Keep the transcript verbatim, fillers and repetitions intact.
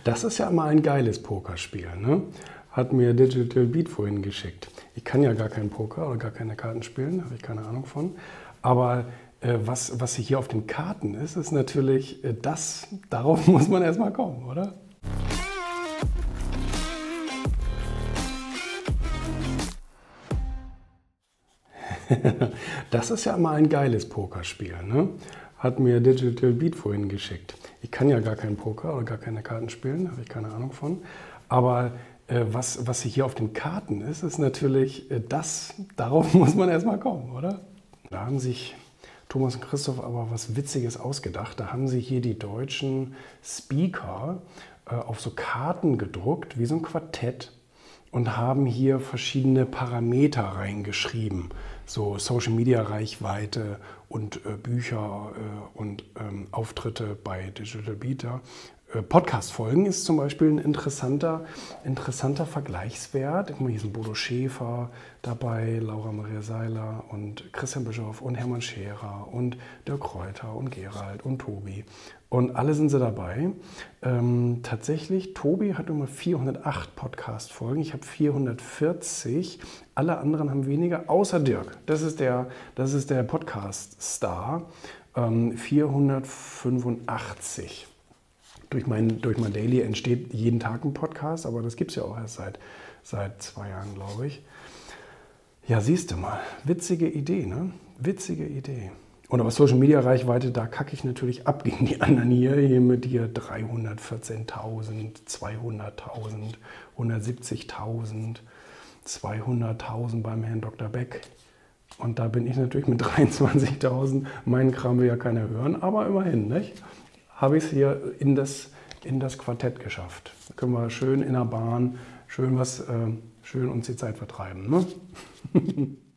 Das ist ja mal ein geiles Pokerspiel, ne? Hat mir Digital Beat vorhin geschickt. Ich kann ja gar keinen Poker oder gar keine Karten spielen, habe ich keine Ahnung von. Aber äh, was, was hier auf den Karten ist, ist natürlich äh, das, darauf muss man erstmal kommen, oder? Das ist ja mal ein geiles Pokerspiel, ne? Hat mir Digital Beat vorhin geschickt. Ich kann ja gar keinen Poker oder gar keine Karten spielen, habe ich keine Ahnung von. Aber äh, was, was hier auf den Karten ist, ist natürlich äh, das, darauf muss man erstmal kommen, oder? Da haben sich Thomas und Christoph aber was Witziges ausgedacht. Da haben sie hier die deutschen Speaker äh, auf so Karten gedruckt, wie so ein Quartett. Und haben hier verschiedene Parameter reingeschrieben, so Social-Media-Reichweite und äh, Bücher äh, und ähm, Auftritte bei Digital Beat. Äh, Podcast-Folgen ist zum Beispiel ein interessanter, interessanter Vergleichswert. Guck mal, hier sind Bodo Schäfer dabei, Laura Maria Seiler und Christian Bischoff und Hermann Scherer und Dirk Kräuter und Gerald und Tobi. Und alle sind sie dabei. Ähm, tatsächlich, Tobi hat immer vierhundertacht Podcast-Folgen. Ich habe vierhundertvierzig. Alle anderen haben weniger, außer Dirk. Das ist der, das ist der Podcast-Star. Ähm, vierhundertfünfundachtzig. Durch mein, durch mein Daily entsteht jeden Tag ein Podcast, aber das gibt es ja auch erst seit, seit zwei Jahren, glaube ich. Ja, siehst du mal. Witzige Idee, ne? Witzige Idee. Und aber Social Media Reichweite, da kacke ich natürlich ab gegen die anderen hier. Hier mit dir dreihundertvierzehntausend, zweihunderttausend, hundertsiebzigtausend, zweihunderttausend beim Herrn Doktor Beck. Und da bin ich natürlich mit dreiundzwanzigtausend. Meinen Kram will ja keiner hören, aber immerhin, nicht? Habe ich es hier in das, in das Quartett geschafft. Da können wir schön in der Bahn, schön, was, äh, schön uns die Zeit vertreiben. Ne?